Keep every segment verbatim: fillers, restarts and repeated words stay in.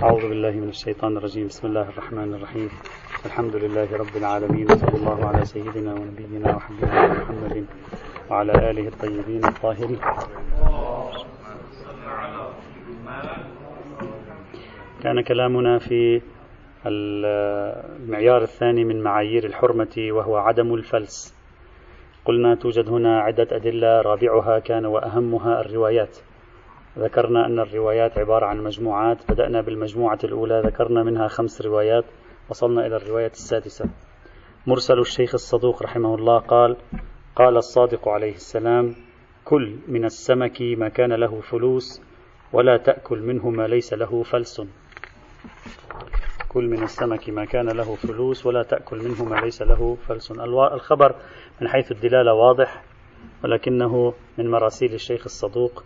أعوذ بالله من الشيطان الرجيم. بسم الله الرحمن الرحيم. الحمد لله رب العالمين، وصلى الله على سيدنا ونبينا وحبيبنا محمد وعلى آله الطيبين الطاهرين. كان كلامنا في المعيار الثاني من معايير الحرمة وهو عدم الفلس. قلنا توجد هنا عدة أدلة، رابعها كان وأهمها الروايات. ذكرنا أن الروايات عبارة عن مجموعات، بدأنا بالمجموعة الأولى ذكرنا منها خمس روايات، وصلنا إلى الرواية السادسة. مرسل الشيخ الصدوق رحمه الله قال: قال الصادق عليه السلام: كل من السمك ما كان له فلوس ولا تأكل منه ما ليس له فلس. كل من السمك ما كان له فلوس ولا تأكل منه ما ليس له فلس. الخبر من حيث الدلالة واضح، ولكنه من مراسيل الشيخ الصدوق،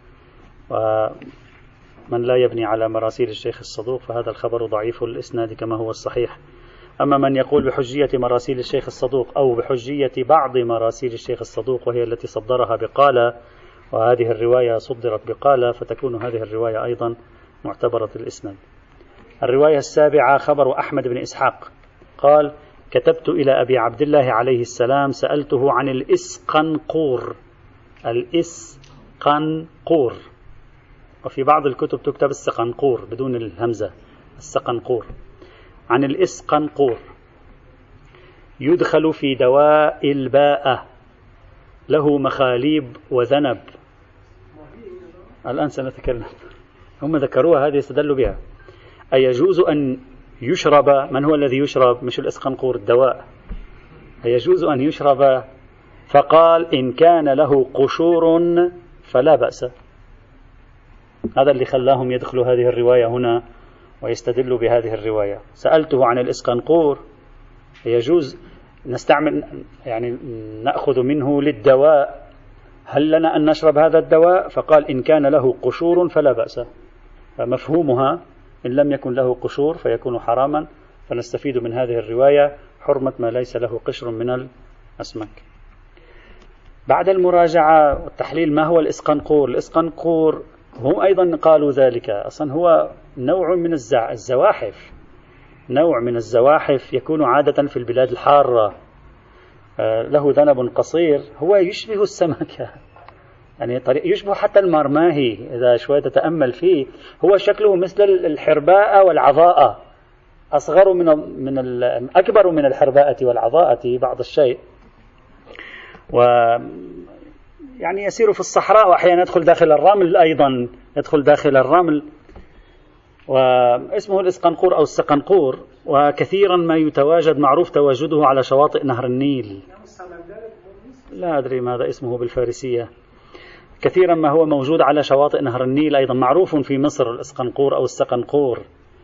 ومن لا يبني على مراسيل الشيخ الصدوق فهذا الخبر ضعيف الإسناد كما هو الصحيح. أما من يقول بحجية مراسيل الشيخ الصدوق أو بحجية بعض مراسيل الشيخ الصدوق وهي التي صدرها بقالة، وهذه الرواية صدرت بقالة، فتكون هذه الرواية أيضا معتبرة الإسناد. الرواية السابعة خبر أحمد بن إسحاق قال: كتبت إلى أبي عبد الله عليه السلام سألته عن الإسقنقور. الإسقنقور، وفي بعض الكتب تكتب السقنقور بدون الهمزة، السقنقور. عن الإسقنقور: يدخل في دواء الباء، له مخاليب وذنب. الآن سنتكلم، هم ذكروها هذه استدلوا بها. أيجوز أن يشرب؟ من هو الذي يشرب؟ مش الإسقنقور، الدواء. أيجوز أن يشرب؟ فقال: إن كان له قشور فلا بأس. هذا اللي خلاهم يدخلوا هذه الرواية هنا ويستدلوا بهذه الرواية. سألته عن الإسقنقور: يجوز نستعمل يعني نأخذ منه للدواء، هل لنا أن نشرب هذا الدواء؟ فقال: إن كان له قشور فلا بأس. فمفهومها إن لم يكن له قشور فيكون حراما، فنستفيد من هذه الرواية حرمة ما ليس له قشر من الأسماك. بعد المراجعة والتحليل، ما هو الإسقنقور؟ الإسقنقور هم أيضا قالوا ذلك، أصلا هو نوع من الزواحف، نوع من الزواحف يكون عادة في البلاد الحارة، له ذنب قصير، هو يشبه السمكة، يعني يشبه حتى المرماهي إذا شوية تتأمل فيه. هو شكله مثل الحرباء والعضاء، أصغر من من أكبر من الحرباءة والعضاءة بعض الشيء، و يعني يسير في الصحراء، وأحيانا يدخل داخل الرمل، أيضا يدخل داخل الرمل، واسمه الإسقنقور أو السقنقور. وكثيرا ما يتواجد، معروف تواجده على شواطئ نهر النيل، لا أدري ماذا اسمه بالفارسية. كثيرا ما هو موجود على شواطئ نهر النيل، أيضا معروف في مصر الإسقنقور أو السقنقور.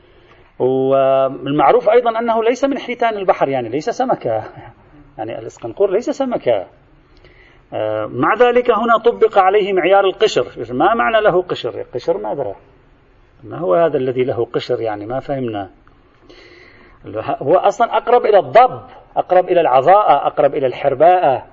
والمعروف أيضا أنه ليس من حيتان البحر، يعني ليس سمكة، يعني الإسقنقور ليس سمكة. مع ذلك هنا طبق عليه معيار القشر. ما معنى له قشر؟ قشر ماذا؟ ما هو هذا الذي له قشر؟ يعني ما فهمنا. هو أصلا أقرب إلى الضب، أقرب إلى العضاء، أقرب إلى الحرباء،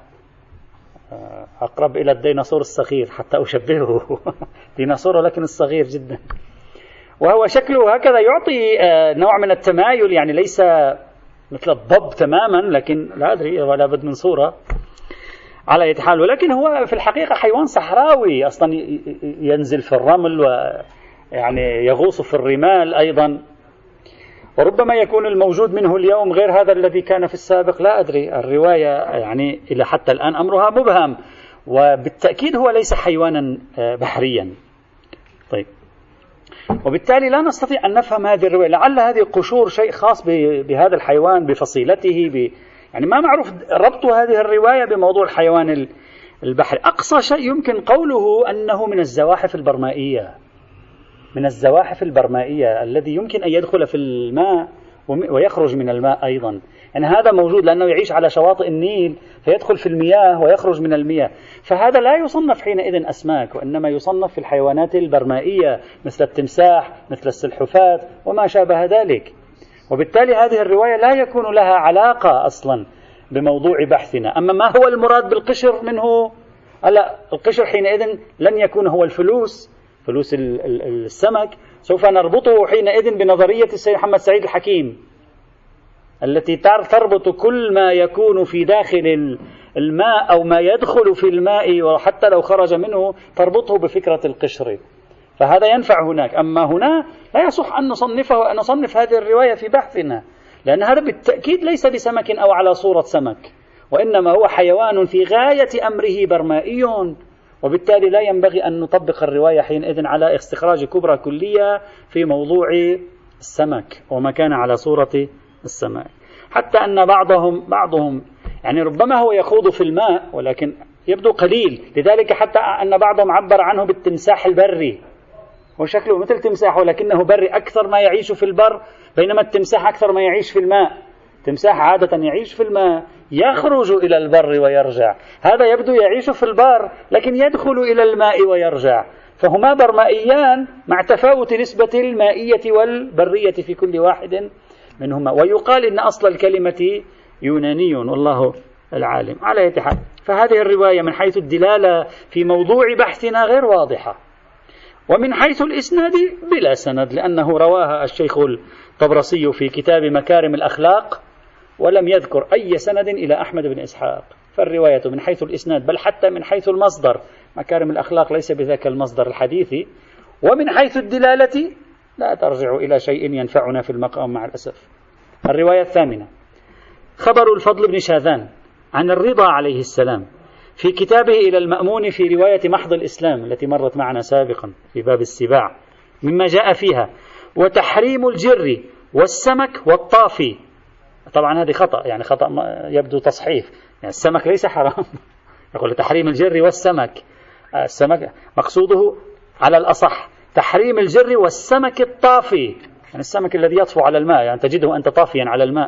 أقرب إلى الديناصور الصغير، حتى أشبهه ديناصور لكن الصغير جدا. وهو شكله هكذا يعطي نوع من التمايل، يعني ليس مثل الضب تماما، لكن لا أدري ولا بد من صورة على أي حال. ولكن هو في الحقيقة حيوان صحراوي، أصلا ينزل في الرمل ويعني يغوص في الرمال أيضا، وربما يكون الموجود منه اليوم غير هذا الذي كان في السابق، لا أدري. الرواية يعني إلى حتى الآن أمرها مبهم، وبالتأكيد هو ليس حيوانا بحريا. طيب، وبالتالي لا نستطيع أن نفهم هذه الرواية. لعل هذه قشور شيء خاص بهذا الحيوان، بفصيلته، ب يعني ما معروف ربط هذه الرواية بموضوع الحيوان البحري. أقصى شيء يمكن قوله أنه من الزواحف البرمائية، من الزواحف البرمائية الذي يمكن أن يدخل في الماء ويخرج من الماء أيضا. يعني هذا موجود لأنه يعيش على شواطئ النيل، فيدخل في المياه ويخرج من المياه، فهذا لا يصنف حينئذ أسماك، وإنما يصنف في الحيوانات البرمائية مثل التمساح، مثل السلحفاة وما شابه ذلك. وبالتالي هذه الرواية لا يكون لها علاقة أصلا بموضوع بحثنا. أما ما هو المراد بالقشر منه؟ لا، القشر حينئذ لن يكون هو الفلوس، فلوس السمك، سوف نربطه حينئذ بنظرية السيد محمد سعيد الحكيم التي تربط كل ما يكون في داخل الماء أو ما يدخل في الماء وحتى لو خرج منه تربطه بفكرة القشر، فهذا ينفع هناك. أما هنا لا يصح أن نصنفه أن نصنف هذه الرواية في بحثنا، لأن هذا بالتأكيد ليس بسمك أو على صورة سمك، وإنما هو حيوان في غاية أمره برمائي، وبالتالي لا ينبغي أن نطبق الرواية حينئذ على استخراج كبرى كلية في موضوع السمك وما كان على صورة السمك. حتى أن بعضهم بعضهم يعني ربما هو يخوض في الماء ولكن يبدو قليل، لذلك حتى أن بعضهم عبر عنه بالتمساح البري، هو شكله مثل تمساح ولكنه بري، أكثر ما يعيش في البر، بينما التمساح أكثر ما يعيش في الماء. التمساح عادة يعيش في الماء يخرج إلى البر ويرجع، هذا يبدو يعيش في البر لكن يدخل إلى الماء ويرجع، فهما برمائيان مع تفاوت نسبة المائية والبرية في كل واحد منهما. ويقال إن أصل الكلمة يوناني والله العالم. على أي حال فهذه الرواية من حيث الدلالة في موضوع بحثنا غير واضحة، ومن حيث الإسناد بلا سند، لأنه رواها الشيخ الطبرسي في كتاب مكارم الأخلاق ولم يذكر أي سند إلى أحمد بن إسحاق. فالرواية من حيث الإسناد بل حتى من حيث المصدر، مكارم الأخلاق ليس بذاك المصدر الحديثي، ومن حيث الدلالة لا ترجع إلى شيء ينفعنا في المقام مع الأسف. الرواية الثامنة خبر الفضل بن شاذان عن الرضا عليه السلام في كتابه إلى المأمون في رواية محض الإسلام التي مرت معنا سابقا في باب السباع، مما جاء فيها وتحريم الجر والسمك والطافي. طبعا هذه خطأ، يعني خطأ يبدو تصحيف، يعني السمك ليس حرام يقول تحريم الجر والسمك، السمك مقصوده على الأصح تحريم الجر والسمك الطافي، يعني السمك الذي يطفو على الماء، يعني تجده أنت طافيا على الماء،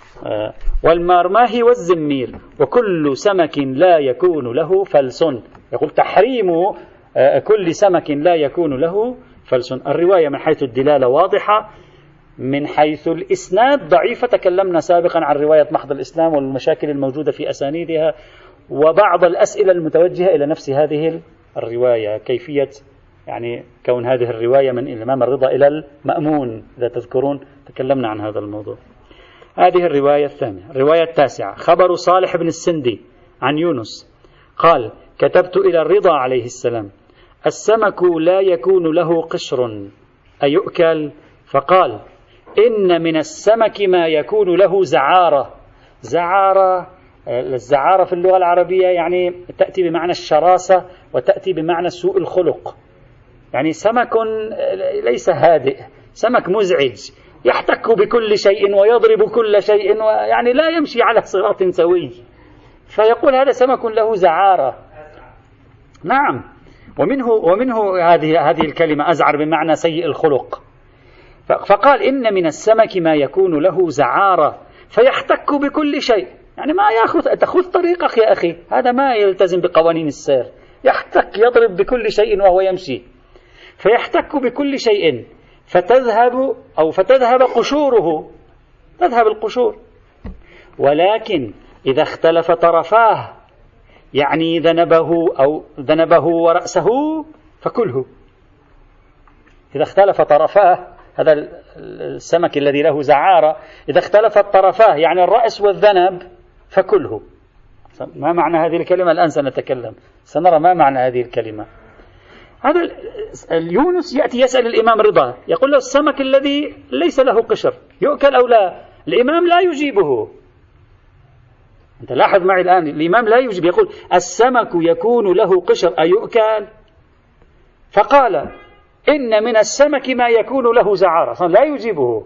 والمرماه والزميل وكل سمك لا يكون له فلس. يقول تحريم كل سمك لا يكون له فلس. الرواية من حيث الدلالة واضحة، من حيث الإسناد ضعيفة. تكلمنا سابقا عن رواية محض الإسلام والمشاكل الموجودة في أسانيدها وبعض الأسئلة المتوجهة إلى نفس هذه الرواية، كيفية يعني كون هذه الرواية من الإمام الرضا إلى المأمون، إذا تذكرون تكلمنا عن هذا الموضوع. هذه الرواية الثانية. الرواية التاسعة خبر صالح بن السندي عن يونس قال كتبت إلى الرضا عليه السلام السمك لا يكون له قشر أيؤكل؟ فقال إن من السمك ما يكون له زعارة. زعارة، الزعارة في اللغة العربية يعني تأتي بمعنى الشراسة وتأتي بمعنى سوء الخلق، يعني سمك ليس هادئ، سمك مزعج يحتك بكل شيء ويضرب كل شيء ويعني لا يمشي على صراط سوي، فيقول هذا سمك له زعارة. نعم، ومنه ومنه هذه هذه الكلمة أزعر بمعنى سيء الخلق. فقال إن من السمك ما يكون له زعارة فيحتك بكل شيء، يعني ما يأخذ تأخذ طريقك يا أخي، هذا ما يلتزم بقوانين السير، يحتك يضرب بكل شيء وهو يمشي، فيحتك بكل شيء فتذهب أو فتذهب قشوره، تذهب القشور، ولكن إذا اختلف طرفاه يعني ذنبه أو ذنبه ورأسه فكله. إذا اختلف طرفاه، هذا السمك الذي له زعارة إذا اختلفت طرفاه يعني الرأس والذنب فكله. ما معنى هذه الكلمة؟ الآن سنتكلم، سنرى ما معنى هذه الكلمة. هذا اليونس يأتي يسأل الإمام رضا، يقول له السمك الذي ليس له قشر يؤكل أو لا؟ الإمام لا يجيبه. أنت لاحظ معي الآن، الإمام لا يجيب، يقول السمك يكون له قشر أيؤكل؟ فقال إن من السمك ما يكون له زعارة، لا يجيبه.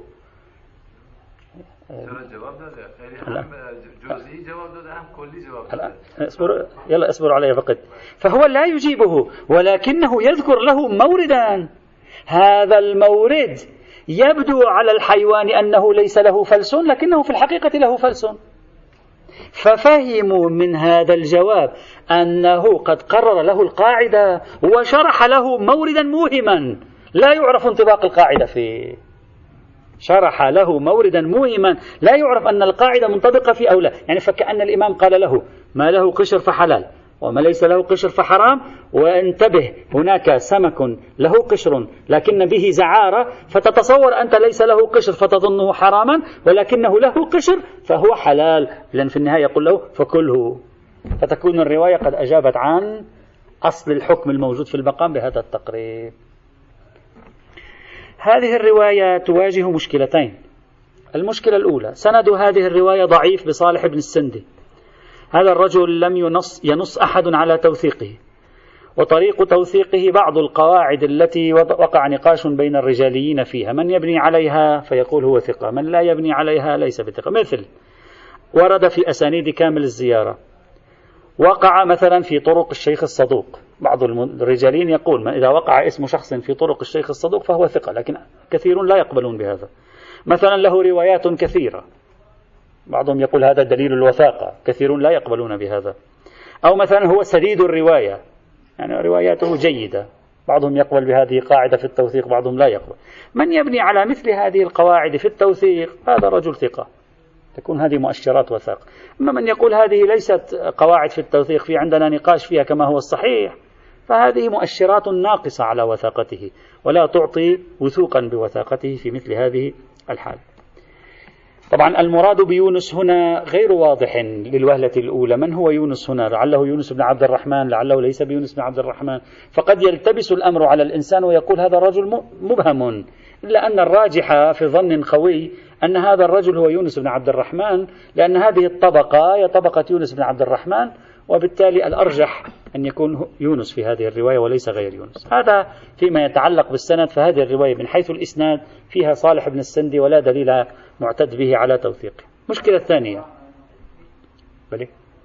جزئی جواب داده هم کلی جواب داده. اصبر يلا اصبر علي فقط. فهو لا يجيبه ولكنه يذكر له موردا، هذا المورد يبدو على الحيوان أنه ليس له فلس لكنه في الحقيقة له فلس، ففهموا من هذا الجواب أنه قد قرر له القاعدة وشرح له موردا موهما لا يعرف انطباق القاعدة فيه، شرح له موردا موهما لا يعرف أن القاعدة منطبقة في أو لا، يعني فكأن الإمام قال له ما له قشر فحلال وما ليس له قشر فحرام. وانتبه، هناك سمك له قشر لكن به زعارة، فتتصور أنت ليس له قشر فتظنه حراما، ولكنه له قشر فهو حلال، لأن في النهاية يقول له فكله. فتكون الرواية قد أجابت عن أصل الحكم الموجود في المقام بهذا التقريب. هذه الرواية تواجه مشكلتين. المشكلة الأولى، سند هذه الرواية ضعيف بصالح بن السندي. هذا الرجل لم ينص, ينص أحد على توثيقه، وطريق توثيقه بعض القواعد التي وقع نقاش بين الرجاليين فيها، من يبني عليها فيقول هو ثقة، من لا يبني عليها ليس بثقة. مثل ورد في أسانيد كامل الزيارة، وقع مثلا في طرق الشيخ الصدوق، بعض الرجالين يقول إذا وقع اسم شخص في طرق الشيخ الصدوق فهو ثقة، لكن كثير لا يقبلون بهذا. مثلا له روايات كثيرة، بعضهم يقول هذا دليل الوثاقة، كثيرون لا يقبلون بهذا. أو مثلا هو سديد الرواية، يعني رواياته جيدة، بعضهم يقبل بهذه قاعدة في التوثيق، بعضهم لا يقبل. من يبني على مثل هذه القواعد في التوثيق هذا رجل ثقة، تكون هذه مؤشرات وثاق. أما من يقول هذه ليست قواعد في التوثيق، في عندنا نقاش فيها كما هو الصحيح، فهذه مؤشرات ناقصة على وثاقته، ولا تعطي وثوقا بوثاقته في مثل هذه الحال. طبعا المراد بيونس هنا غير واضح للوهلة الأولى، من هو يونس هنا؟ لعله يونس بن عبد الرحمن، لعله ليس بيونس بن عبد الرحمن، فقد يلتبس الأمر على الإنسان ويقول هذا الرجل مبهم، إلا أن الراجح في ظن خوي أن هذا الرجل هو يونس بن عبد الرحمن، لأن هذه الطبقة هي طبقة يونس بن عبد الرحمن، وبالتالي الأرجح أن يكون يونس في هذه الرواية وليس غير يونس. هذا فيما يتعلق بالسند. فهذه الرواية من حيث الإسناد فيها صالح بن السندي ولا دليل معتد به على توثيقه. مشكلة ثانية، بلي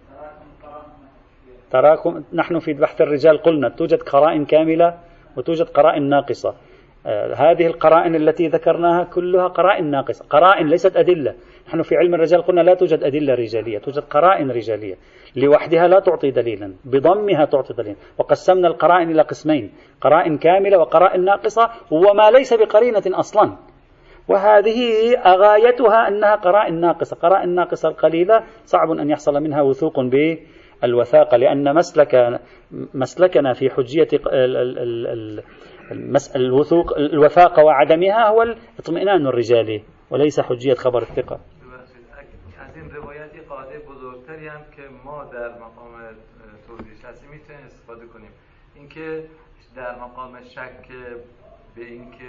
تراكم، نحن في بحث الرجال قلنا توجد قرائن كاملة وتوجد قرائن ناقصة. آه هذه القرائن التي ذكرناها كلها قرائن ناقصة، قرائن ليست أدلة. نحن في علم الرجال قلنا لا توجد أدلة رجالية، توجد قرائن رجالية لوحدها لا تعطي دليلا، بضمها تعطي دليلا. وقسمنا القرائن إلى قسمين، قرائن كاملة وقرائن ناقصة، وما ليس بقرينة أصلا، وهذه غايتها أنها قرائن ناقصة. قرائن ناقصة القليلة صعب أن يحصل منها وثوق بالوثاقة، لأن مسلك مسلكنا في حجية الوثوق الوثاقة وعدمها هو الاطمئنان الرجالي وليس حجية خبر الثقة. از این روایتی قاعده بزرگتری هم که ما در مقام توضیحش هستیم میتونیم استفاده کنیم، اینکه در مقام شک به اینکه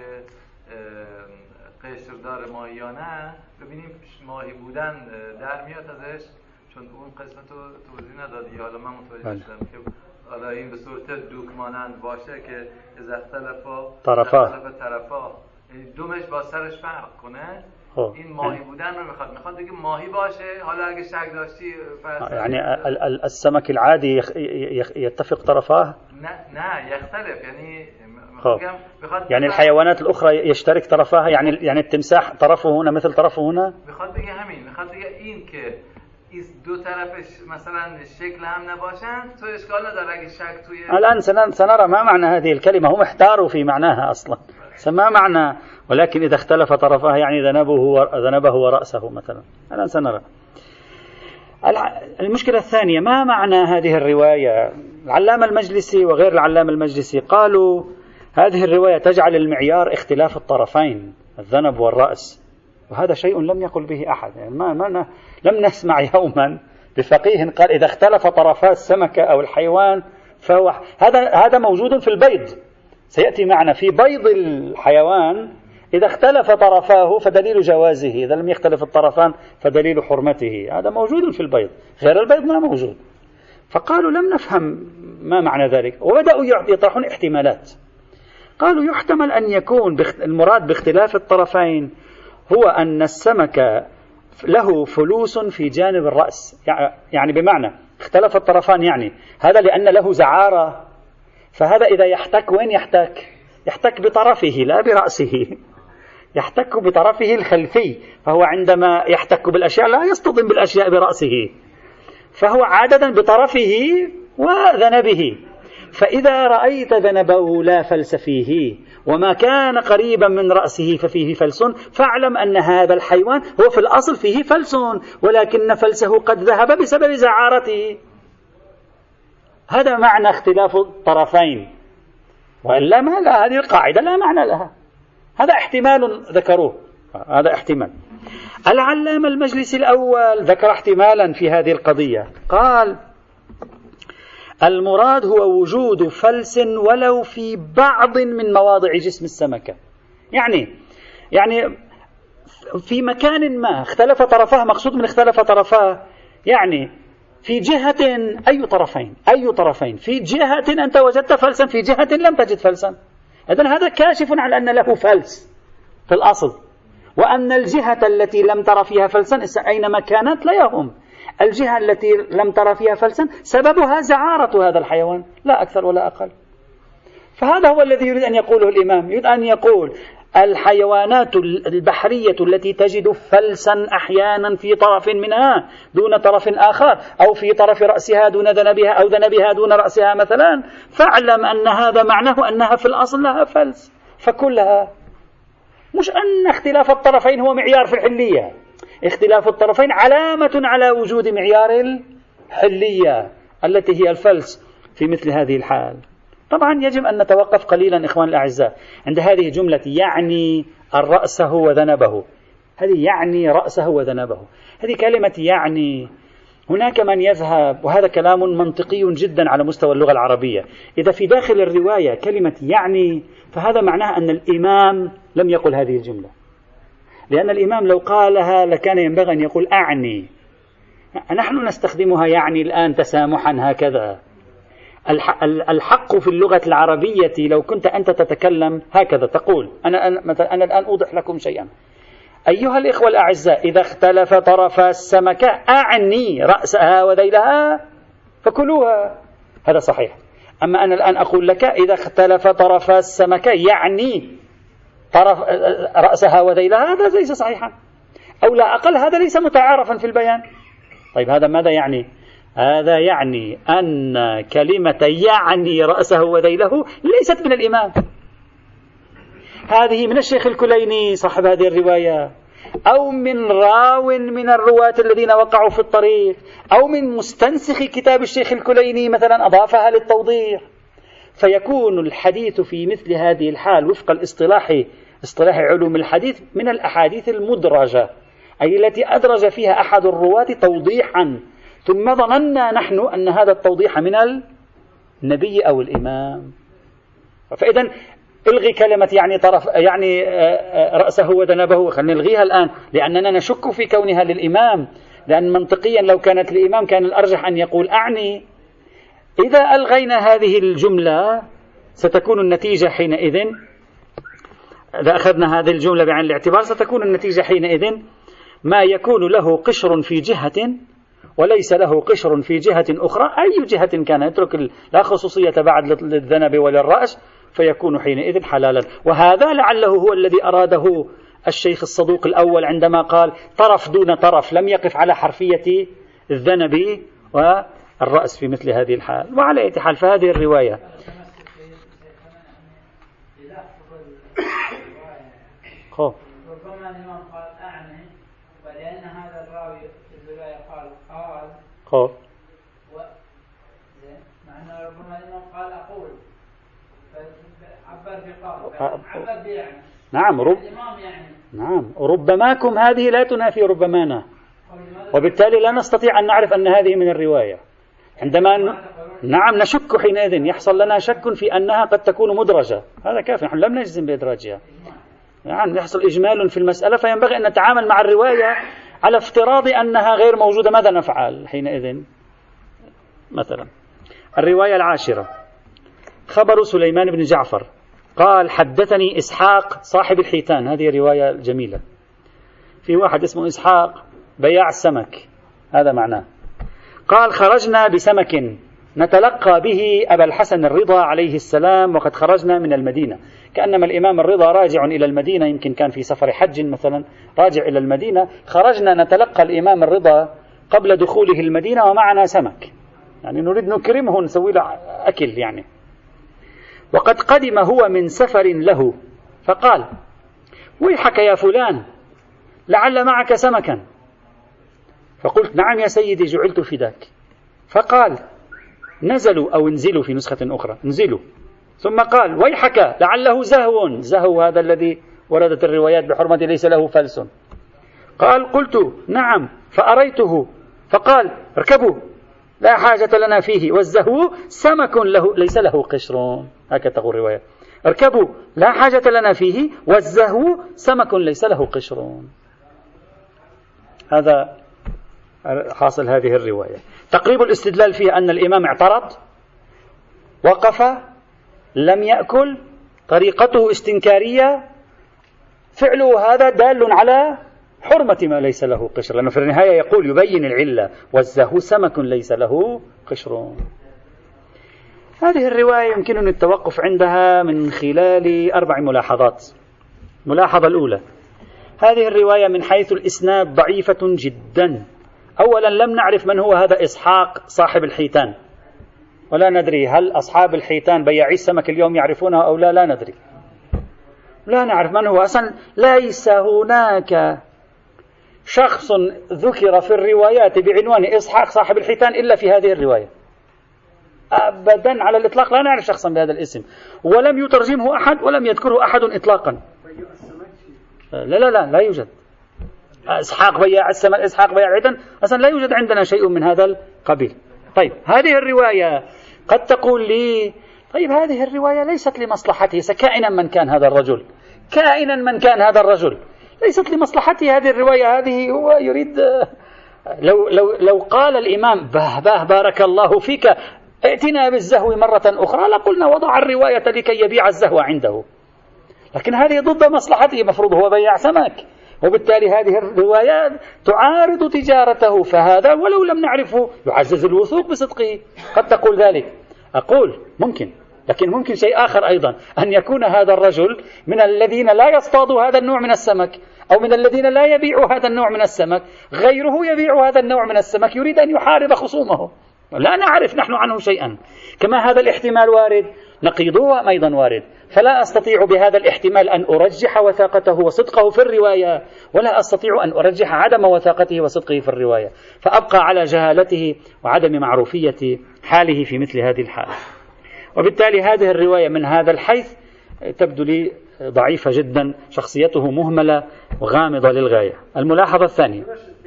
قشردار ماهی یا نه، ببینیم ماهی بودن در میاد ازش، چون اون قسمت رو توضیح ندادی. حالا من متوجه شدم که حالا این به صورت دوک مانند باشه که از اختلافا طرفا طرفا دومش با سرش فرق کنه. خب. این ماهی بودن رو میخواد میخواد دیگه ماهی باشه. حالا اگه شک داشتی يعني السمك العادي يتفق طرفاه؟ نه نه يختلف، يعني يعني الحيوانات الأخرى يشترك طرفها، يعني يعني التمساح طرفه هنا مثل طرفه هنا. میخواد بگه همین، میخواد بگه این که این دو طرفش مثلا شکل هم نباشن تو اشکال نداره اگه شک توی. الآن سنرى ما معنى هذه الكلمة، هم احتاروا في معناها أصلا، ما معنى، ولكن إذا اختلف طرفها يعني ذنبه ذنبه ورأسه مثلا. الآن سنرى. المشكلة الثانية، ما معنى هذه الرواية؟ العلامة المجلسي وغير العلامة المجلسي قالوا هذه الرواية تجعل المعيار اختلاف الطرفين، الذنب والرأس، وهذا شيء لم يقل به أحد. يعني ما ما لم نسمع يوما بفقيه قال إذا اختلف طرفا السمكة أو الحيوان فهو هذا هذا موجود في البيض، سيأتي معنا في بيض الحيوان إذا اختلف طرفاه فدليل جوازه، إذا لم يختلف الطرفان فدليل حرمته، هذا موجود في البيض، غير البيض ما موجود. فقالوا لم نفهم ما معنى ذلك، وبدأوا يطرحون احتمالات. قالوا يحتمل أن يكون المراد باختلاف الطرفين هو أن السمك له فلوس في جانب الرأس، يعني بمعنى اختلف الطرفان، يعني هذا لأن له زعارة، فهذا إذا يحتك وين يحتك؟ يحتك بطرفه لا برأسه، يحتك بطرفه الخلفي، فهو عندما يحتك بالأشياء لا يصطدم بالأشياء برأسه، فهو عادة بطرفه وذنبه. فإذا رأيت ذنبه لا فلس فيه وما كان قريبا من رأسه ففيه فلس، فاعلم أن هذا الحيوان هو في الأصل فيه فلس، ولكن فلسه قد ذهب بسبب زعارته. هذا معنى اختلاف الطرفين، وإلا ما لا، هذه القاعدة لا معنى لها. هذا احتمال ذكروه، هذا احتمال. العلامة المجلسي الأول ذكر احتمالا في هذه القضية، قال المراد هو وجود فلس ولو في بعض من مواضع جسم السمكة، يعني يعني في مكان ما اختلف طرفاه، مقصود من اختلف طرفاه يعني في جهة، أي طرفين أي طرفين في جهة أنت وجدت فلسا، في جهة لم تجد فلسا، إذن هذا كاشف على أن له فلس في الأصل، وأن الجهة التي لم ترى فيها فلسا أينما كانت لا يهم، الجهة التي لم ترى فيها فلسا سببها زعارة هذا الحيوان لا أكثر ولا أقل. فهذا هو الذي يريد أن يقوله الإمام، يريد أن يقول الحيوانات البحرية التي تجد فلسا أحيانا في طرف منها دون طرف آخر، أو في طرف رأسها دون ذنبها، أو ذنبها دون رأسها مثلا، فاعلم أن هذا معناه أنها في الأصل لها فلس، فكلها. مش أن اختلاف الطرفين هو معيار في الحلية، اختلاف الطرفين علامة على وجود معيار الحلية التي هي الفلس في مثل هذه الحال. طبعا يجب أن نتوقف قليلا إخوان الأعزاء عند هذه جملة يعني الرأسه وذنبه، هذه يعني رأسه وذنبه، هذه كلمة يعني. هناك من يذهب، وهذا كلام منطقي جدا على مستوى اللغة العربية، إذا في داخل الرواية كلمة يعني فهذا معناه أن الإمام لم يقل هذه الجملة، لأن الإمام لو قالها لكان ينبغي أن يقول أعني. نحن نستخدمها يعني الآن تسامحا هكذا. الحق في اللغة العربية لو كنت أنت تتكلم هكذا تقول، أنا, أنا, مثلا أنا الآن أوضح لكم شيئا. أيها الإخوة الأعزاء، إذا اختلف طرفا السمكة أعني رأسها وذيلها فكلوها، هذا صحيح. أما أنا الآن أقول لك إذا اختلف طرفا السمكة يعني طرف رأسها وذيلها، هذا ليس صحيحا، أو لا أقل هذا ليس متعارفا في البيان. طيب هذا ماذا يعني؟ هذا يعني أن كلمة يعني رأسه وذيله ليست من الإمام، هذه من الشيخ الكليني صاحب هذه الرواية، أو من راو من الرواة الذين وقعوا في الطريق، أو من مستنسخ كتاب الشيخ الكليني مثلا أضافها للتوضيح. فيكون الحديث في مثل هذه الحال وفق الاصطلاح، اصطلاح علوم الحديث، من الأحاديث المدرجة، أي التي أدرج فيها أحد الرواة توضيحا، ثم ظننا نحن أن هذا التوضيح من النبي أو الإمام. فإذا الغي كلمة يعني طرف يعني رأسه وذنبه، خلينا نلغيها الآن لأننا نشك في كونها للإمام، لأن منطقيا لو كانت الإمام كان الأرجح أن يقول أعني. إذا ألغينا هذه الجملة ستكون النتيجة حينئذ، إذا أخذنا هذه الجملة بعين الاعتبار ستكون النتيجة حينئذ ما يكون له قشر في جهة وليس له قشر في جهة أخرى، أي جهة كان، يترك لا خصوصية بعد للذنب وللرأس، فيكون حينئذ حلالا. وهذا لعله هو الذي أراده الشيخ الصدوق الأول عندما قال طرف دون طرف، لم يقف على حرفية الذنب والرأس في مثل هذه الحال. وعلى أي حال فهذه الرواية خوف ربما الإمام قال أعني، ولأن هذا الراوي في الرواية قال قال خوف و... مع أن ربما الإمام قال أقول، فعبر بقال، عبر بيعني. نعم رب الإمام يعني. نعم ربماكم هذه لا تنافي ربمانا، وبالتالي لا نستطيع أن نعرف أن هذه من الرواية. عندما ن... نعم نشك حينئذ، يحصل لنا شك في أنها قد تكون مدرجة، هذا كافي، نحن لم نجزم بإدراجها. يعني يحصل إجمال في المسألة، فينبغي أن نتعامل مع الرواية على افتراض أنها غير موجودة. ماذا نفعل حينئذ؟ مثلا الرواية العاشرة، خبر سليمان بن جعفر قال حدثني إسحاق صاحب الحيتان، هذه رواية جميلة، في واحد اسمه إسحاق بياع السمك، هذا معناه. قال خرجنا بسمك نتلقى به أبا الحسن الرضا عليه السلام وقد خرجنا من المدينة، كأنما الإمام الرضا راجع إلى المدينة، يمكن كان في سفر حج مثلا راجع إلى المدينة، خرجنا نتلقى الإمام الرضا قبل دخوله المدينة ومعنا سمك، يعني نريد نكرمه نسوي له أكل يعني. وقد قدم هو من سفر له فقال ويحك يا فلان لعل معك سمكا، فقلت نعم يا سيدي جعلت فداك. فقال نزلوا أو انزلوا في نسخة أخرى انزلوا، ثم قال ويحك لعله زهو، زهو هذا الذي وردت الروايات بحرمة ليس له فلس. قال قلت نعم فأريته فقال اركبوا لا حاجة لنا فيه والزهو سمك له ليس له قشر، هكذا تقول الرواية، اركبوا لا حاجة لنا فيه والزهو سمك ليس له قشر. هذا حاصل هذه الرواية. تقريب الاستدلال فيه أن الإمام اعترض، وقف، لم يأكل، طريقته استنكارية، فعله هذا دال على حرمة ما ليس له قشر، لأنه في النهاية يقول يبين العلة والزهو سمك ليس له قشر. هذه الرواية يمكنني التوقف عندها من خلال أربع ملاحظات. ملاحظة الأولى، هذه الرواية من حيث الإسناد ضعيفة جدا. أولا لم نعرف من هو هذا إسحاق صاحب الحيتان، ولا ندري هل أصحاب الحيتان بياعي السمك اليوم يعرفونه أو لا، لا ندري، لا نعرف من هو أصلا. ليس هناك شخص ذكر في الروايات بعنوان إسحاق صاحب الحيتان إلا في هذه الرواية، أبدا على الإطلاق لا نعرف شخصا بهذا الاسم، ولم يترجمه أحد ولم يذكره أحد إطلاقا. لا لا لا لا يوجد إسحاق بياع السمك، إسحاق بياع الحيتان، أصلا لا يوجد عندنا شيء من هذا القبيل. طيب هذه الرواية قد تقول لي طيب هذه الرواية ليست لمصلحته، كائنا من كان هذا الرجل، كائنا من كان هذا الرجل ليست لمصلحته هذه الرواية. هذه هو يريد، لو, لو, لو قال الإمام به به بارك الله فيك ائتنا بالزهو مرة أخرى لقلنا وضع الرواية لكي يبيع الزهو عنده، لكن هذه ضد مصلحته، مفروض هو بيع سمك، وبالتالي هذه الروايات تعارض تجارته، فهذا ولو لم نعرفه يعزز الوثوق بصدقه. قد تقول ذلك، أقول ممكن، لكن ممكن شيء آخر أيضا، أن يكون هذا الرجل من الذين لا يصطادوا هذا النوع من السمك، أو من الذين لا يبيعوا هذا النوع من السمك، غيره يبيع هذا النوع من السمك يريد أن يحارب خصومه، لا نعرف نحن عنه شيئا. كما هذا الاحتمال وارد، نقيضه أيضا وارد، فلا أستطيع بهذا الاحتمال أن أرجح وثاقته وصدقه في الرواية، ولا أستطيع أن أرجح عدم وثاقته وصدقه في الرواية، فأبقى على جهالته وعدم معروفية حاله في مثل هذه الحالة. وبالتالي هذه الرواية من هذا الحيث تبدو لي ضعيفة جدا، شخصيته مهملة وغامضة للغاية. الملاحظة الثانية،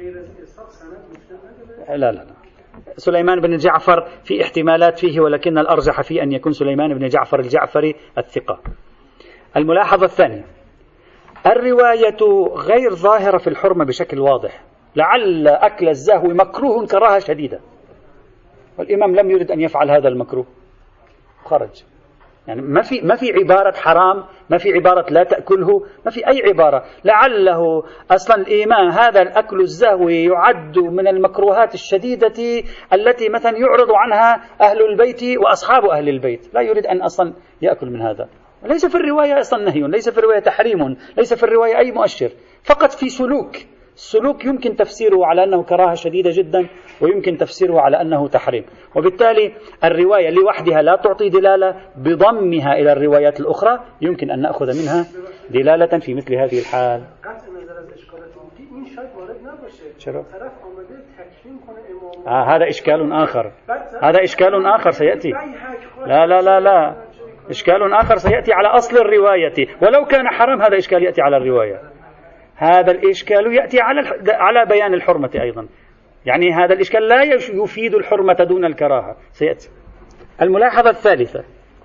لا لا لا سليمان بن جعفر في احتمالات فيه، ولكن الأرجح فيه أن يكون سليمان بن جعفر الجعفري الثقة. الملاحظة الثانية، الرواية غير ظاهرة في الحرمة بشكل واضح، لعل أكل الزهو مكروه كراهة شديدة، والإمام لم يرد أن يفعل هذا المكروه، خرج. يعني ما في ما في عبارة حرام، ما في عبارة لا تأكله، ما في أي عبارة. لعله أصلا الإمام هذا الأكل الزهوي يعد من المكروهات الشديدة التي مثلا يعرض عنها أهل البيت وأصحاب أهل البيت، لا يريد أن أصلا يأكل من هذا. ليس في الرواية أصلا نهي، ليس في الرواية تحريم، ليس في الرواية أي مؤشر، فقط في سلوك. السلوك يمكن تفسيره على أنه كراهة شديدة جدا، ويمكن تفسيره على أنه تحريم. وبالتالي الرواية لوحدها لا تعطي دلالة، بضمها إلى الروايات الأخرى يمكن أن نأخذ منها دلالة في مثل هذه الحال. آه هذا إشكال آخر، هذا إشكال آخر سيأتي. لا لا لا لا إشكال آخر سيأتي على أصل الرواية، ولو كان حرام هذا إشكال يأتي على الرواية. هذا الإشكال يأتي على على بيان الحرمة أيضا، يعني هذا الإشكال لا يفيد الحرمة دون الكراهة، سيأتي. الملاحظة الثالثة،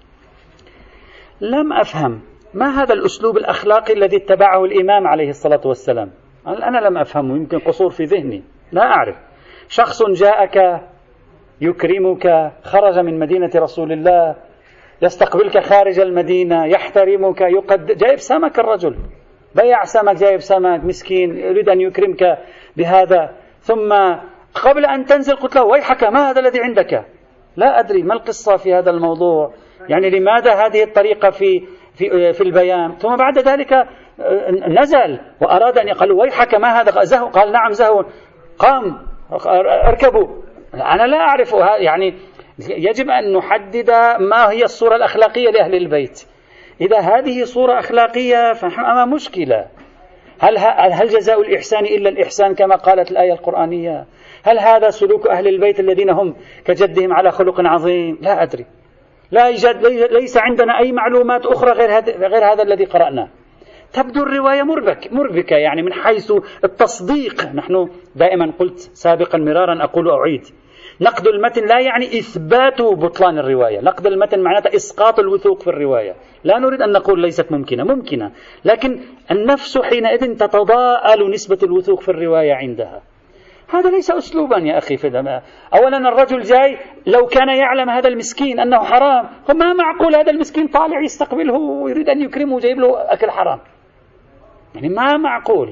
لم أفهم ما هذا الأسلوب الأخلاقي الذي اتبعه الإمام عليه الصلاة والسلام. أنا لم أفهمه، يمكن قصور في ذهني، لا أعرف. شخص جاءك يكرمك، خرج من مدينة رسول الله، يستقبلك خارج المدينة، يحترمك، يقدر، جايب سمك الرجل، بيع سمك، جايب سمك، مسكين، يريد أن يكرمك بهذا، ثم قبل أن تنزل قلت له ويحك ما هذا الذي عندك؟ لا أدري ما القصة في هذا الموضوع، يعني لماذا هذه الطريقة في في في البيان؟ ثم بعد ذلك نزل وأراد أن يقول ويحك ما هذا زهو؟ قال نعم زهو. قام اركبوا. أنا لا أعرف، يعني يجب أن نحدد ما هي الصورة الأخلاقية لأهل البيت. إذا هذه صورة أخلاقية فنحن أمام مشكلة. هل, هل جزاء الإحسان إلا الإحسان كما قالت الآية القرآنية؟ هل هذا سلوك أهل البيت الذين هم كجدهم على خلق عظيم؟ لا أدري، لا يوجد، ليس عندنا أي معلومات أخرى غير هذا, غير هذا الذي قرأناه. تبدو الرواية مربك مربكة يعني من حيث التصديق. نحن دائما قلت سابقا مرارا أقول أعيد، نقد المتن لا يعني إثبات بطلان الرواية، نقد المتن معناته إسقاط الوثوق في الرواية. لا نريد أن نقول ليست ممكنة، ممكنة، لكن النفس حينئذ تتضاءل نسبة الوثوق في الرواية عندها. هذا ليس أسلوبا يا أخي في دماء. أولا الرجل جاي لو كان يعلم هذا المسكين أنه حرام، فما معقول هذا المسكين طالع يستقبله ويريد أن يكرمه وجايب له أكل حرام، يعني ما معقول.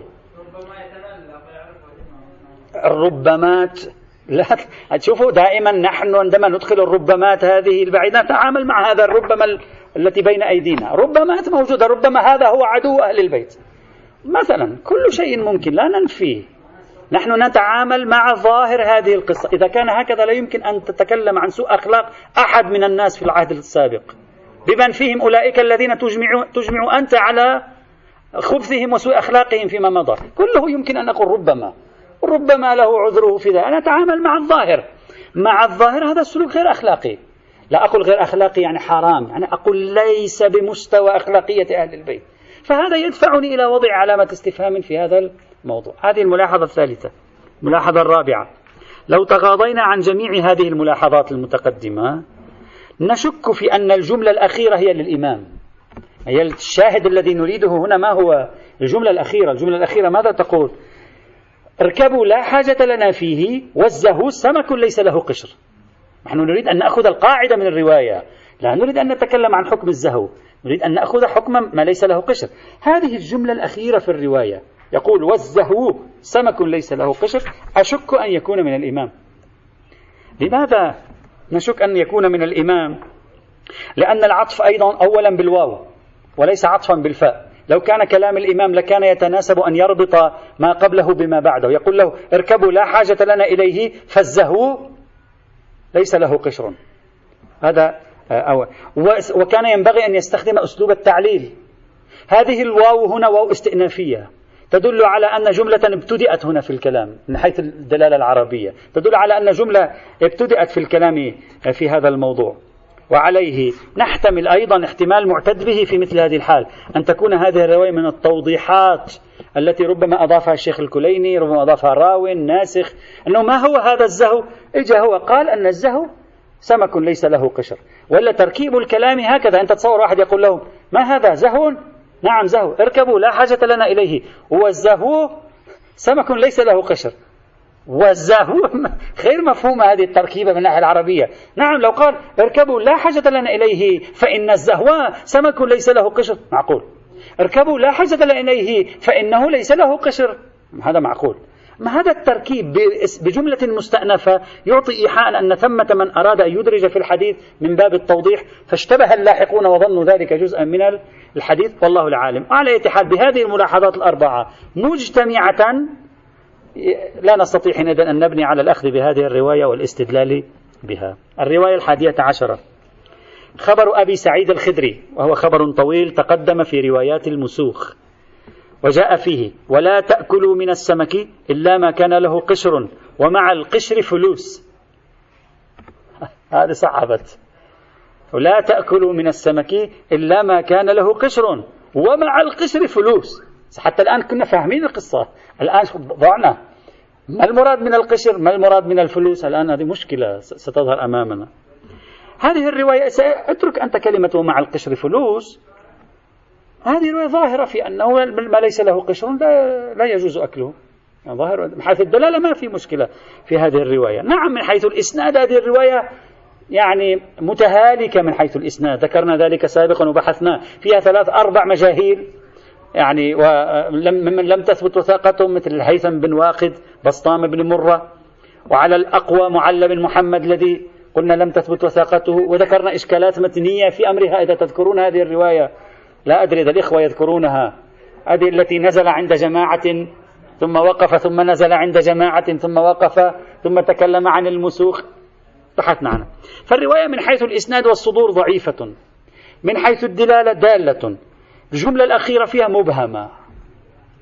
الربمات لا تشوفوا دائما نحن عندما ندخل الربمات هذه البعيدة نتعامل مع هذا الربما التي بين أيدينا، ربمات موجودة، ربما هذا هو عدو أهل البيت مثلا، كل شيء ممكن لا ننفيه. نحن نتعامل مع ظاهر هذه القصة. إذا كان هكذا لا يمكن أن تتكلم عن سوء أخلاق أحد من الناس في العهد السابق، بمن فيهم أولئك الذين تجمع, تجمع أنت على خبثهم وسوء أخلاقهم فيما مضى. كله يمكن أن نقول ربما ربما له عذره في ذلك. أنا أتعامل مع الظاهر، مع الظاهر هذا السلوك غير أخلاقي. لا أقول غير أخلاقي يعني حرام، يعني أقول ليس بمستوى أخلاقية أهل البيت. فهذا يدفعني إلى وضع علامة استفهام في هذا الموضوع. هذه الملاحظة الثالثة. الملاحظة الرابعة، لو تغاضينا عن جميع هذه الملاحظات المتقدمة نشك في أن الجملة الأخيرة هي للإمام. هي الشاهد الذي نريده هنا ما هو الجملة الأخيرة؟ الجملة الأخيرة ماذا تقول؟ اركبوا لا حاجة لنا فيه والزهو سمك ليس له قشر. نحن نريد أن نأخذ القاعدة من الرواية، لا نريد أن نتكلم عن حكم الزهو، نريد أن نأخذ حكم ما ليس له قشر. هذه الجملة الأخيرة في الرواية يقول والزهو سمك ليس له قشر، أشك أن يكون من الإمام. لماذا نشك أن يكون من الإمام؟ لأن العطف أيضا أولا بالواو وليس عطفا بالفاء. لو كان كلام الإمام لكان يتناسب أن يربط ما قبله بما بعده، يقول له اركبوا لا حاجة لنا إليه فالزهو ليس له قشر. هذا أول. وكان ينبغي أن يستخدم أسلوب التعليل. هذه الواو هنا واو استئنافية تدل على أن جملة ابتدأت هنا في الكلام من حيث الدلالة العربية، تدل على أن جملة ابتدأت في الكلام في هذا الموضوع. وعليه نحتمل أيضا احتمال معتد به في مثل هذه الحال أن تكون هذه الرواية من التوضيحات التي ربما أضافها الشيخ الكليني، ربما أضافها راوي ناسخ، أنه ما هو هذا الزهو؟ إجا هو قال أن الزهو سمك ليس له قشر. ولا تركيب الكلام هكذا، أنت تصور واحد يقول لهم ما هذا زهو؟ نعم زهو، اركبوا لا حاجة لنا إليه، والزهو سمك ليس له قشر. والزهو غير مفهومة هذه التركيبة من الناحية العربية. نعم لو قال اركبوا لا حاجة لنا إليه فإن الزهو سمك ليس له قشر، معقول. اركبوا لا حاجة لنا إليه فإنه ليس له قشر، هذا معقول. ما هذا التركيب بجملة مستأنفة يعطي إيحاء أن ثمة من أراد أن يدرج في الحديث من باب التوضيح، فاشتبه اللاحقون وظنوا ذلك جزءا من الحديث، والله العالم. على أي حال بهذه الملاحظات الأربعة مجتمعة لا نستطيع حينئذ أن نبني على الأخذ بهذه الرواية والاستدلال بها. الرواية الحادية عشرة، خبر أبي سعيد الخدري، وهو خبر طويل تقدم في روايات المسوخ، وجاء فيه ولا تأكلوا من السمك إلا ما كان له قشر ومع القشر فلوس. هذا صعبت، ولا تأكلوا من السمك إلا ما كان له قشر ومع القشر فلوس. حتى الآن كنا فاهمين القصة، الآن ضعنا ما المراد من القشر، ما المراد من الفلوس. الآن هذه مشكلة ستظهر أمامنا. هذه الرواية اترك أنت كلمة ومع القشر فلوس، هذه رواية ظاهرة في أنه ما ليس له قشر لا, لا يجوز أكله، يعني ظاهر من حيث الدلالة ما في مشكلة في هذه الرواية. نعم من حيث الإسناد هذه الرواية يعني متهالكة من حيث الإسناد، ذكرنا ذلك سابقا وبحثنا فيها ثلاث أربع مجاهيل، يعني ومن لم تثبت وثاقتهم مثل الهيثم بن واقد، بسطام بن مرة، وعلى الأقوى معل بن محمد الذي قلنا لم تثبت وثاقته، وذكرنا إشكالات متنية في أمرها إذا تذكرون هذه الرواية، لا أدري إذا الإخوة يذكرونها، هذه التي نزل عند جماعة ثم وقف ثم نزل عند جماعة ثم وقف ثم تكلم عن المسوخ، بحثنا عنها. فالرواية من حيث الإسناد والصدور ضعيفة، من حيث الدلالة دالة. الجملة الأخيرة فيها مبهمة،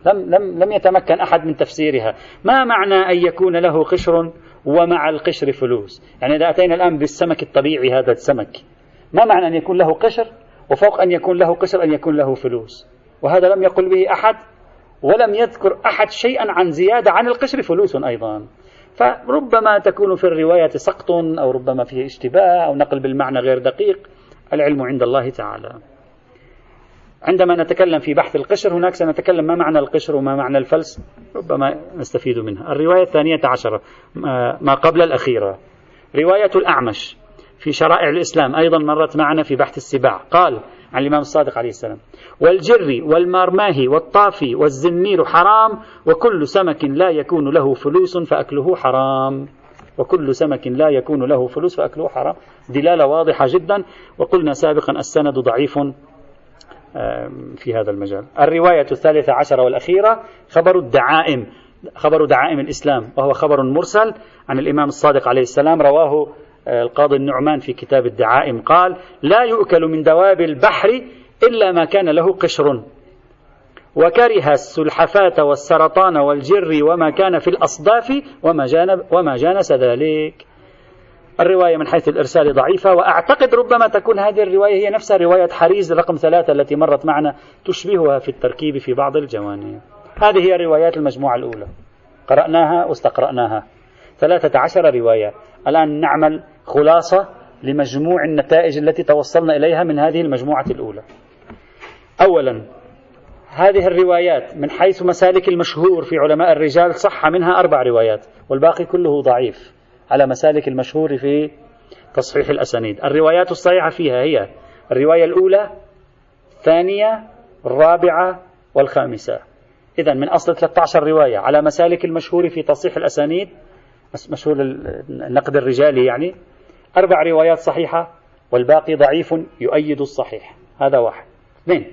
لم, لم, لم يتمكن أحد من تفسيرها. ما معنى أن يكون له قشر ومع القشر فلوس؟ يعني إذا أتينا الآن بالسمك الطبيعي، هذا السمك ما معنى أن يكون له قشر وفوق أن يكون له قشر أن يكون له فلوس؟ وهذا لم يقل به أحد، ولم يذكر أحد شيئا عن زيادة عن القشر فلوس أيضا. فربما تكون في الرواية سقط، أو ربما فيه اشتباه أو نقل بالمعنى غير دقيق، العلم عند الله تعالى. عندما نتكلم في بحث القشر هناك سنتكلم ما معنى القشر وما معنى الفلس، ربما نستفيد منها. الرواية الثانية عشرة ما قبل الأخيرة، رواية الأعمش في شرائع الإسلام، أيضا مرت معنا في بحث السباع. قال عن الإمام الصادق عليه السلام: والجري والمرماهي والطافي والزمير حرام، وكل سمك لا يكون له فلوس فأكله حرام. وكل سمك لا يكون له فلوس فأكله حرام، دلالة واضحة جدا. وقلنا سابقا السند ضعيف في هذا المجال. الرواية الثالثة عشرة والأخيرة خبر الدعائم، خبر دعائم الإسلام، وهو خبر مرسل عن الإمام الصادق عليه السلام، رواه القاضي النعمان في كتاب الدعائم. قال: لا يؤكل من دواب البحر إلا ما كان له قشر، وكره السلحفاة والسرطان والجر وما كان في الأصداف وما, جانب وما جانس ذلك. الرواية من حيث الإرسال ضعيفة، وأعتقد ربما تكون هذه الرواية هي نفسها رواية حريز رقم ثلاثة التي مرت معنا، تشبهها في التركيب في بعض الجوانب. هذه هي روايات المجموعة الأولى، قرأناها واستقرأناها، ثلاثة عشر رواية. الآن نعمل خلاصة لمجموع النتائج التي توصلنا إليها من هذه المجموعة الأولى. أولا، هذه الروايات من حيث مسالك المشهور في علماء الرجال صح منها أربع روايات، والباقي كله ضعيف على مسالك المشهور في تصحيح الأسانيد. الروايات الصحيحة فيها هي الرواية الأولى، الثانية، الرابعة والخامسة. إذن من أصل ثلاثة عشر رواية على مسالك المشهور في تصحيح الأسانيد، مشهور النقد الرجالي يعني، أربع روايات صحيحة والباقي ضعيف يؤيد الصحيح. هذا واحد. اثنين،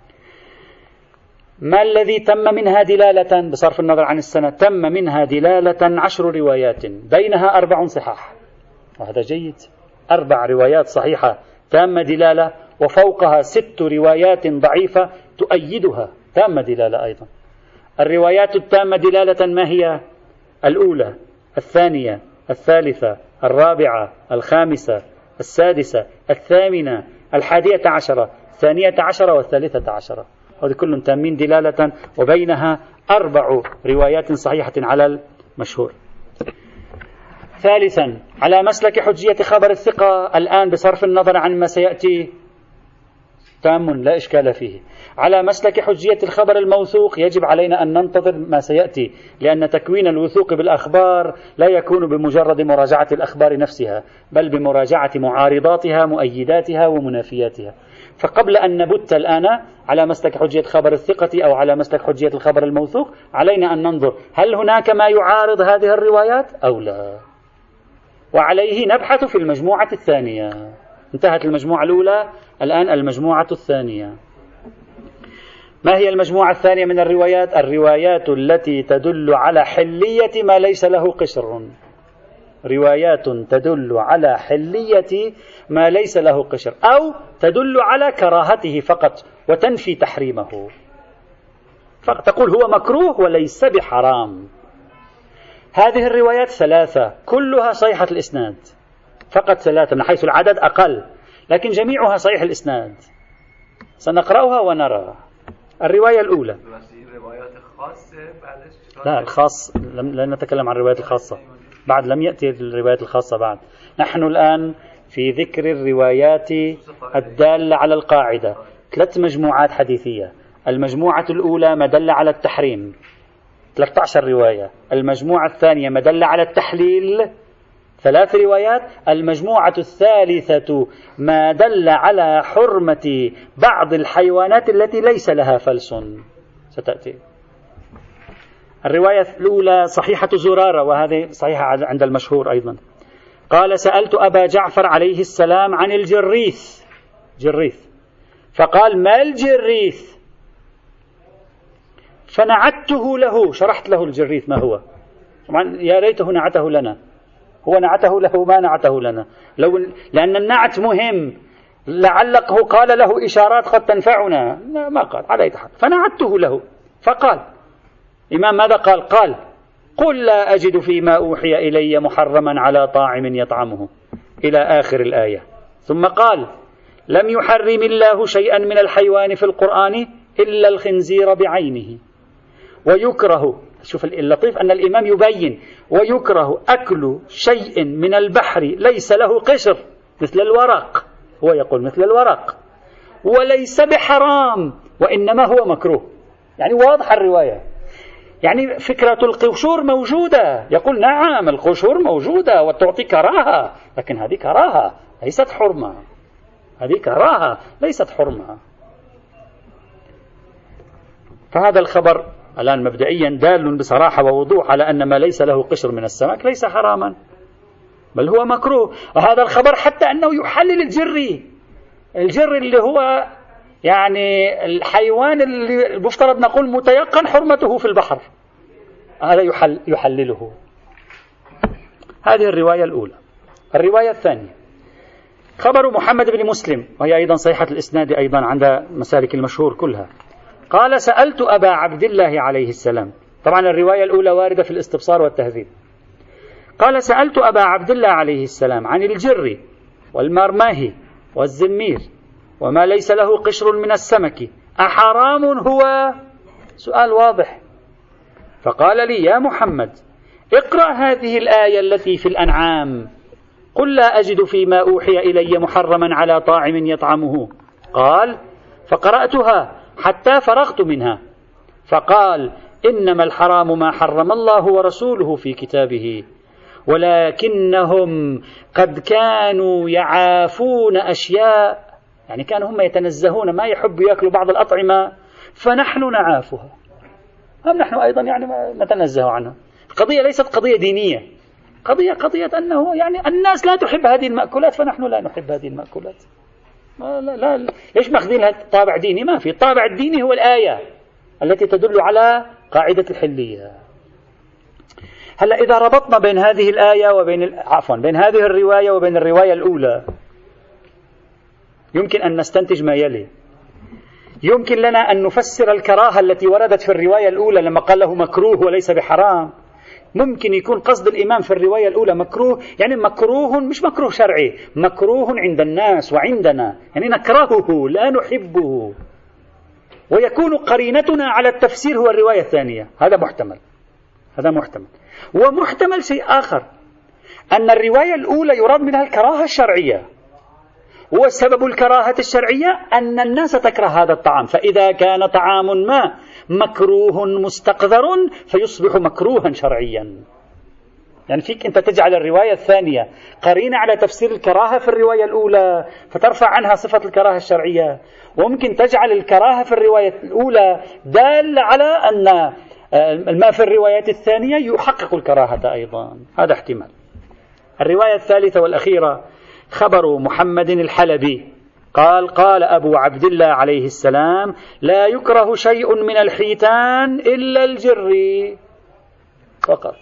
ما الذي تم منها دلالة بصرف النظر عن السنة؟ تم منها دلالة عشر روايات بينها أربع صحاح، وهذا جيد. أربع روايات صحيحة تامة دلالة، وفوقها ست روايات ضعيفة تؤيدها تامة دلالة أيضا. الروايات التامة دلالة ما هي؟ الأولى، الثانية، الثالثة، الرابعة، الخامسة، السادسة، الثامنة، الحادية عشرة، الثانية عشرة، والثالثة عشرة. هذه كلهم تامين دلالة، وبينها أربع روايات صحيحة على المشهور. ثالثا، على مسلك حجية خبر الثقة الآن بصرف النظر عن ما سيأتي تام لا إشكال فيه. على مسلك حجية الخبر الموثوق يجب علينا أن ننتظر ما سيأتي، لأن تكوين الوثوق بالأخبار لا يكون بمجرد مراجعة الأخبار نفسها، بل بمراجعة معارضاتها، مؤيداتها ومنافياتها. فقبل أن نبت الآن على مسلك حجية خبر الثقة أو على مسلك حجية الخبر الموثوق، علينا أن ننظر هل هناك ما يعارض هذه الروايات أو لا، وعليه نبحث في المجموعة الثانية. انتهت المجموعة الأولى، الآن المجموعة الثانية. ما هي المجموعة الثانية من الروايات؟ الروايات التي تدل على حلية ما ليس له قشر. روايات تدل على حلية ما ليس له قشر، أو تدل على كراهته فقط وتنفي تحريمه، فتقول هو مكروه وليس بحرام. هذه الروايات ثلاثة كلها صحيحة الإسناد، فقط ثلاثة من حيث العدد أقل، لكن جميعها صحيح الإسناد. سنقرأها ونرى. الرواية الأولى، لا الخاص، لن نتكلم عن الروايات الخاصة بعد، لم يأتي الروايات الخاصة بعد. نحن الآن في ذكر الروايات الدالة على القاعدة. ثلاث مجموعات حديثية. المجموعة الأولى ما دل على التحريم، ثلاثة عشر رواية. المجموعة الثانية ما دل على التحليل، ثلاث روايات. المجموعة الثالثة ما دل على حرمة بعض الحيوانات التي ليس لها فلس، ستأتي. الرواية الأولى صحيحة زرارة، وهذه صحيحة عند المشهور أيضا. قال: سألت أبا جعفر عليه السلام عن الجريث، جريث، فقال: ما الجريث؟ فنعته له، شرحت له الجريث ما هو. طبعا يا ريته نعته لنا، هو نعته له ما نعته لنا، لو لأن النعت مهم، لعلقه قال له إشارات قد تنفعنا، ما قال على أي حال. فنعته له فقال: الإمام ماذا قال؟ قال قل لا أجد فيما أوحي إلي محرما على طاعم يطعمه إلى آخر الآية. ثم قال لم يحرم الله شيئا من الحيوان في القرآن إلا الخنزير بعينه، ويكره، شوف اللطيف أن الإمام يبين، ويكره أكل شيء من البحر ليس له قشر مثل الورق، هو يقول مثل الورق، وليس بحرام وإنما هو مكروه. يعني واضح الرواية، يعني فكرة القشور موجودة، يقول نعم القشور موجودة وتعطي كراهة، لكن هذه كراهة ليست حرمة، هذه كراهة ليست حرمة. فهذا الخبر الآن مبدئيا دال بصراحة ووضوح على أن ما ليس له قشر من السمك ليس حراما بل هو مكروه. وهذا الخبر حتى أنه يحلل الجري، الجري اللي هو يعني الحيوان اللي المفترض نقول متيقن حرمته في البحر، هذا يحل يحلله. هذه الرواية الأولى. الرواية الثانية خبر محمد بن مسلم، وهي أيضا صحيحة الإسناد أيضا عند مسالك المشهور كلها. قال سألت أبا عبد الله عليه السلام، طبعا الرواية الأولى واردة في الاستبصار والتهذيب. قال سألت أبا عبد الله عليه السلام عن الجر والمرماه والزمير وما ليس له قشر من السمك أحرام هو؟ سؤال واضح. فقال لي يا محمد اقرأ هذه الآية التي في الأنعام قل لا أجد فيما أوحي إلي محرما على طاعم يطعمه. قال فقرأتها حتى فرغت منها، فقال إنما الحرام ما حرم الله ورسوله في كتابه، ولكنهم قد كانوا يعافون أشياء، يعني كانوا هم يتنزهون ما يحبوا يأكلوا بعض الأطعمة فنحن نعافها، هم نحن أيضا يعني نتنزه عنها. القضية ليست قضية دينية، قضية قضية أنه يعني الناس لا تحب هذه المأكولات فنحن لا نحب هذه المأكولات. لا لا لا. ليش ماخذين لها طابع ديني؟ ما في. الطابع الديني هو الآية التي تدل على قاعدة الحلية. هلا إذا ربطنا بين هذه الآية وبين عفوا بين هذه الرواية وبين الرواية الأولى يمكن أن نستنتج ما يلي. يمكن لنا أن نفسر الكراهة التي وردت في الرواية الأولى لما قال له مكروه وليس بحرام. ممكن يكون قصد الإمام في الرواية الأولى مكروه، يعني مكروه مش مكروه شرعي، مكروه عند الناس وعندنا، يعني نكرهه لا نحبه، ويكون قرينتنا على التفسير هو الرواية الثانية. هذا محتمل، هذا محتمل. ومحتمل شيء آخر، أن الرواية الأولى يراد منها الكراهة الشرعية، وسبب الكراهة الشرعية أن الناس تكره هذا الطعام، فإذا كان طعام ما مكروه مستقذر فيصبح مكروها شرعيا. يعني فيك أنت تجعل الرواية الثانية قرينة على تفسير الكراهة في الرواية الأولى فترفع عنها صفة الكراهة الشرعية، وممكن تجعل الكراهة في الرواية الأولى دال على أن ما في الرواية الثانية يحقق الكراهة أيضا. هذا احتمال. الرواية الثالثة والأخيرة خبر محمد الحلبي قال قال أبو عبد الله عليه السلام لا يكره شيء من الحيتان إلا الجري فقط،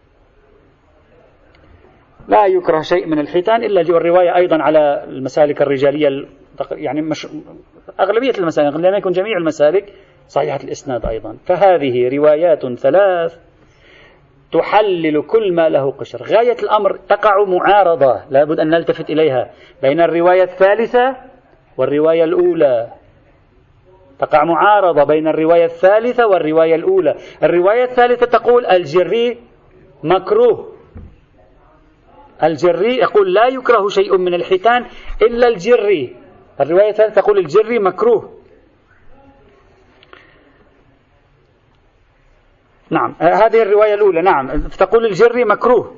لا يكره شيء من الحيتان إلا الجري. الرواية أيضا على المسالك الرجالية، يعني مش أغلبية المسالك، لم يكن جميع المسالك صحيحة الإسناد أيضا. فهذه روايات ثلاث تحلل كل ما له قشر. غاية الأمر تقع معارضة لابد أن نلتفت إليها بين الرواية الثالثة والرواية الأولى، تقع معارضة بين الرواية الثالثة والرواية الأولى. الرواية الثالثة تقول الجري مكروه، الجري يقول لا يكره شيء من الحيتان إلا الجري. الرواية الثالثة تقول الجري مكروه. نعم هذه الرواية الأولى نعم تقول الجري مكروه.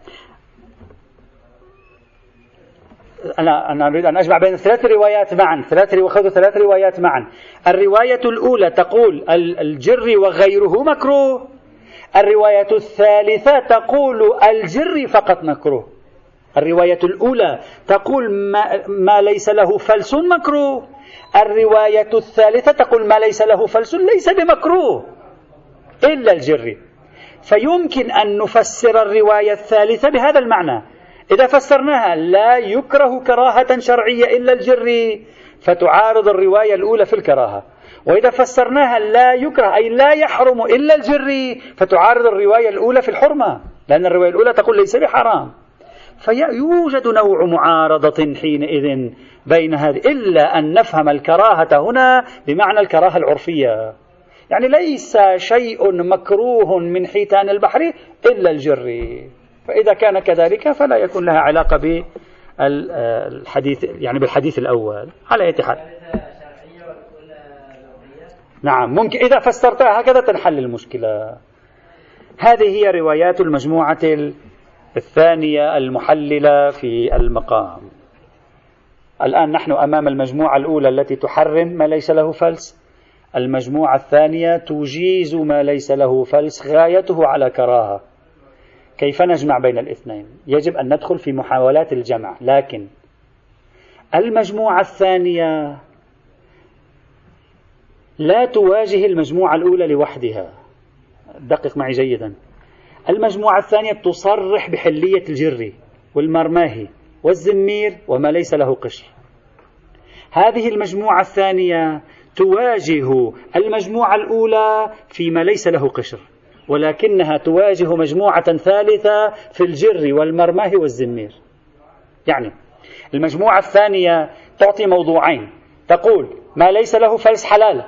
أنا أنا أريد أن أجمع بين ثلاث روايات معا، ثلاث روايات ثلاث روايات معا. الرواية الأولى تقول الجري وغيره مكروه، الرواية الثالثة تقول الجري فقط مكروه. الرواية الأولى تقول ما, ما ليس له فلس مكروه، الرواية الثالثة تقول ما ليس له فلس ليس بمكروه إلا الجري. فيمكن أن نفسر الرواية الثالثة بهذا المعنى. إذا فسرناها لا يكره كراهة شرعية إلا الجري فتعارض الرواية الأولى في الكراهة، وإذا فسرناها لا يكره أي لا يحرم إلا الجري فتعارض الرواية الأولى في الحرمة، لأن الرواية الأولى تقول ليس بحرام. فيوجد نوع معارضة حينئذ بين هذه، إلا أن نفهم الكراهة هنا بمعنى الكراهة العرفية، يعني ليس شيء مكروه من حيتان البحر إلا الجري، فإذا كان كذلك فلا يكون لها علاقة بالحديث يعني بالحديث الأول على أي حال. نعم ممكن إذا فسرتها هكذا تنحل المشكلة. هذه هي روايات المجموعة الثانية المحللة في المقام. الآن نحن أمام المجموعة الأولى التي تحرم ما ليس له فلس، المجموعة الثانية تجيز ما ليس له فلس غايته على كراهة. كيف نجمع بين الاثنين؟ يجب أن ندخل في محاولات الجمع، لكن المجموعة الثانية لا تواجه المجموعة الأولى لوحدها. دقق معي جيدا، المجموعة الثانية تصرح بحلية الجري والمرماهي والزمير وما ليس له قشر. هذه المجموعة الثانية تواجه المجموعة الأولى فيما ليس له قشر، ولكنها تواجه مجموعة ثالثة في الجر والمرماه والزمير. يعني المجموعة الثانية تعطي موضوعين، تقول ما ليس له فلس حلال،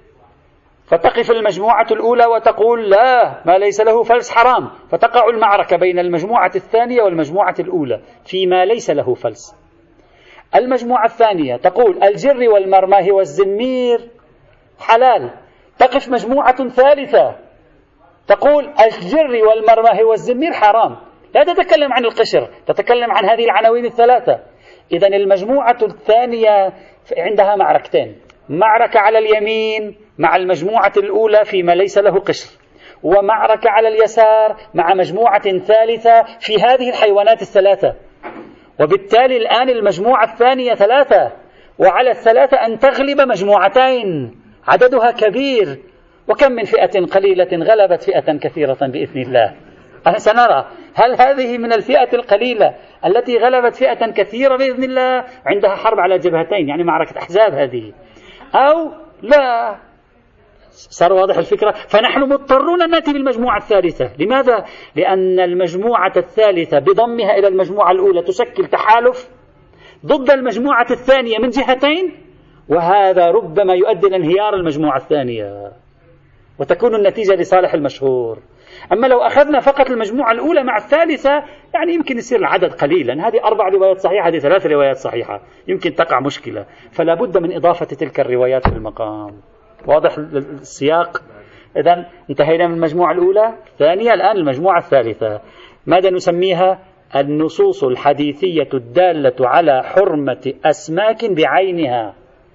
فتقف المجموعة الأولى وتقول لا ما ليس له فلس حرام، فتقع المعركة بين المجموعة الثانية والمجموعة الأولى فيما ليس له فلس. المجموعة الثانية تقول الجر والمرماه والزمير حلال، تقف مجموعة ثالثة تقول الجر والمرماه والزمير حرام، لا تتكلم عن القشر، تتكلم عن هذه العناوين الثلاثة. إذن المجموعة الثانية عندها معركتين، معركة على اليمين مع المجموعة الأولى فيما ليس له قشر، ومعركة على اليسار مع مجموعة ثالثة في هذه الحيوانات الثلاثة. وبالتالي الآن المجموعة الثانية ثلاثة، وعلى الثلاثة أن تغلب مجموعتين عددها كبير، وكم من فئة قليلة غلبت فئة كثيرة بإذن الله. سنرى هل هذه من الفئة القليلة التي غلبت فئة كثيرة بإذن الله عندها حرب على جبهتين، يعني معركة أحزاب هذه، أو لا. صار واضح الفكرة؟ فنحن مضطرون أن نأتي بالمجموعة الثالثة. لماذا؟ لأن المجموعة الثالثة بضمها إلى المجموعة الأولى تشكل تحالف ضد المجموعة الثانية من جهتين، وهذا ربما يؤدي إلى انهيار المجموعة الثانية وتكون النتيجة لصالح المشهور. أما لو أخذنا فقط المجموعة الأولى مع الثالثة يعني يمكن يصير العدد قليلا، هذه أربع روايات صحيحة، هذه ثلاث روايات صحيحة، يمكن تقع مشكلة، فلا بد من إضافة تلك الروايات في المقام. واضح السياق؟ إذن انتهينا من المجموعة الأولى، الثانية، الآن المجموعة الثالثة. ماذا نسميها؟ النصوص الحديثية الدالة على حرمة أسماك بعينها،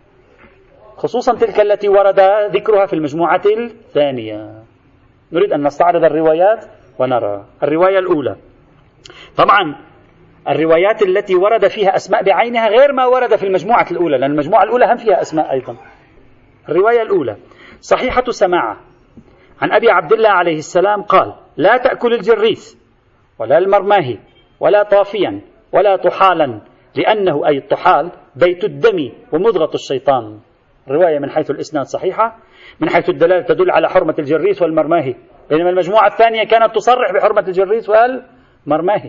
خصوصا تلك التي ورد ذكرها في المجموعة الثانية. نريد أن نستعرض الروايات ونرى. الرواية الأولى، طبعا الروايات التي ورد فيها أسماء بعينها غير ما ورد في المجموعة الأولى، لأن المجموعة الأولى هم فيها أسماء أيضا. الرواية الأولى صحيحة سماعة عن أبي عبد الله عليه السلام قال: لا تأكل الجريث ولا المرماهي ولا طافيا ولا طحالا، لأنه أي الطحال بيت الدم ومضغة الشيطان. الرواية من حيث الإسناد صحيحة، من حيث الدلالة تدل على حرمة الجريث والمرماهي، بينما المجموعة الثانية كانت تصرح بحرمة الجريث والمرماهي.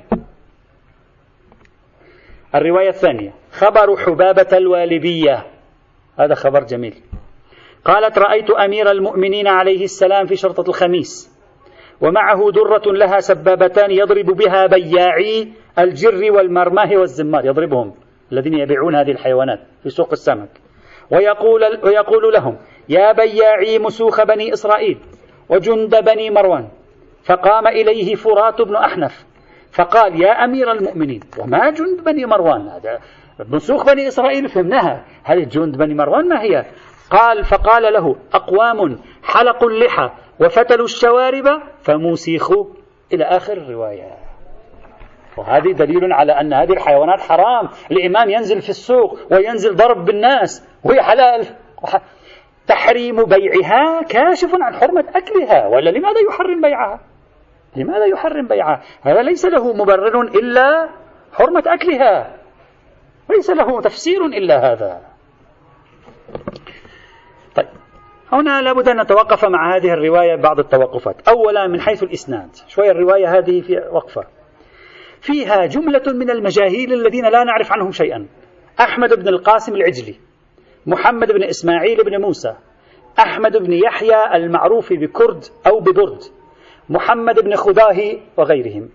الرواية الثانية خبر حبابة الوالبية، هذا خبر جميل. قالت: رأيت أمير المؤمنين عليه السلام في شرطة الخميس ومعه درة لها سبابتان يضرب بها بياعي الجر والمرماه والزمار، يضربهم الذين يبيعون هذه الحيوانات في سوق السمك، ويقول, ويقول لهم: يا بياعي مسوخ بني إسرائيل وجند بني مروان. فقام إليه فرات بن أحنف فقال: يا أمير المؤمنين، وما جند بني مروان؟ هذا مسوخ بني إسرائيل فهمناها، هذه جند بني مروان ما هي؟ قال فقال له: أقوام حلقوا اللحى وفتلوا الشوارب فموسيخوا، إلى آخر الرواية. وهذه دليل على أن هذه الحيوانات حرام. الإمام ينزل في السوق وينزل ضرب بالناس وهي حلال. تحريم بيعها كاشف عن حرمة أكلها، ولا لماذا يحرم بيعها؟ لماذا يحرم بيعها؟ هذا ليس له مبرر إلا حرمة أكلها، ليس له تفسير إلا هذا. طيب، هنا لابد أن نتوقف مع هذه الرواية بعض التوقفات. أولا من حيث الإسناد، شوية الرواية هذه في وقفة، فيها جملة من المجاهيل الذين لا نعرف عنهم شيئا: أحمد بن القاسم العجلي، محمد بن إسماعيل بن موسى، أحمد بن يحيى المعروف بكرد أو ببرد، محمد بن خداهي وغيرهم.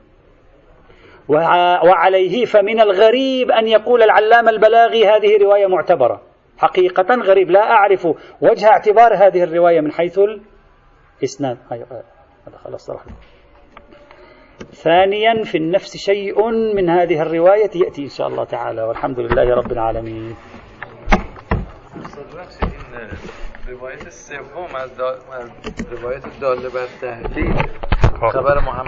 وعليه فمن الغريب أن يقول العلامة البلاغي هذه رواية معتبرة. حقيقة غريب، لا أعرف وجه اعتبار هذه الرواية من حيث الإسناد. هذا خلاص صراحة. ثانيا في النفس شيء من هذه الرواية يأتي إن شاء الله تعالى، والحمد لله رب العالمين. رواية السوم از رواية الدالة بر تحقیق خبر محمد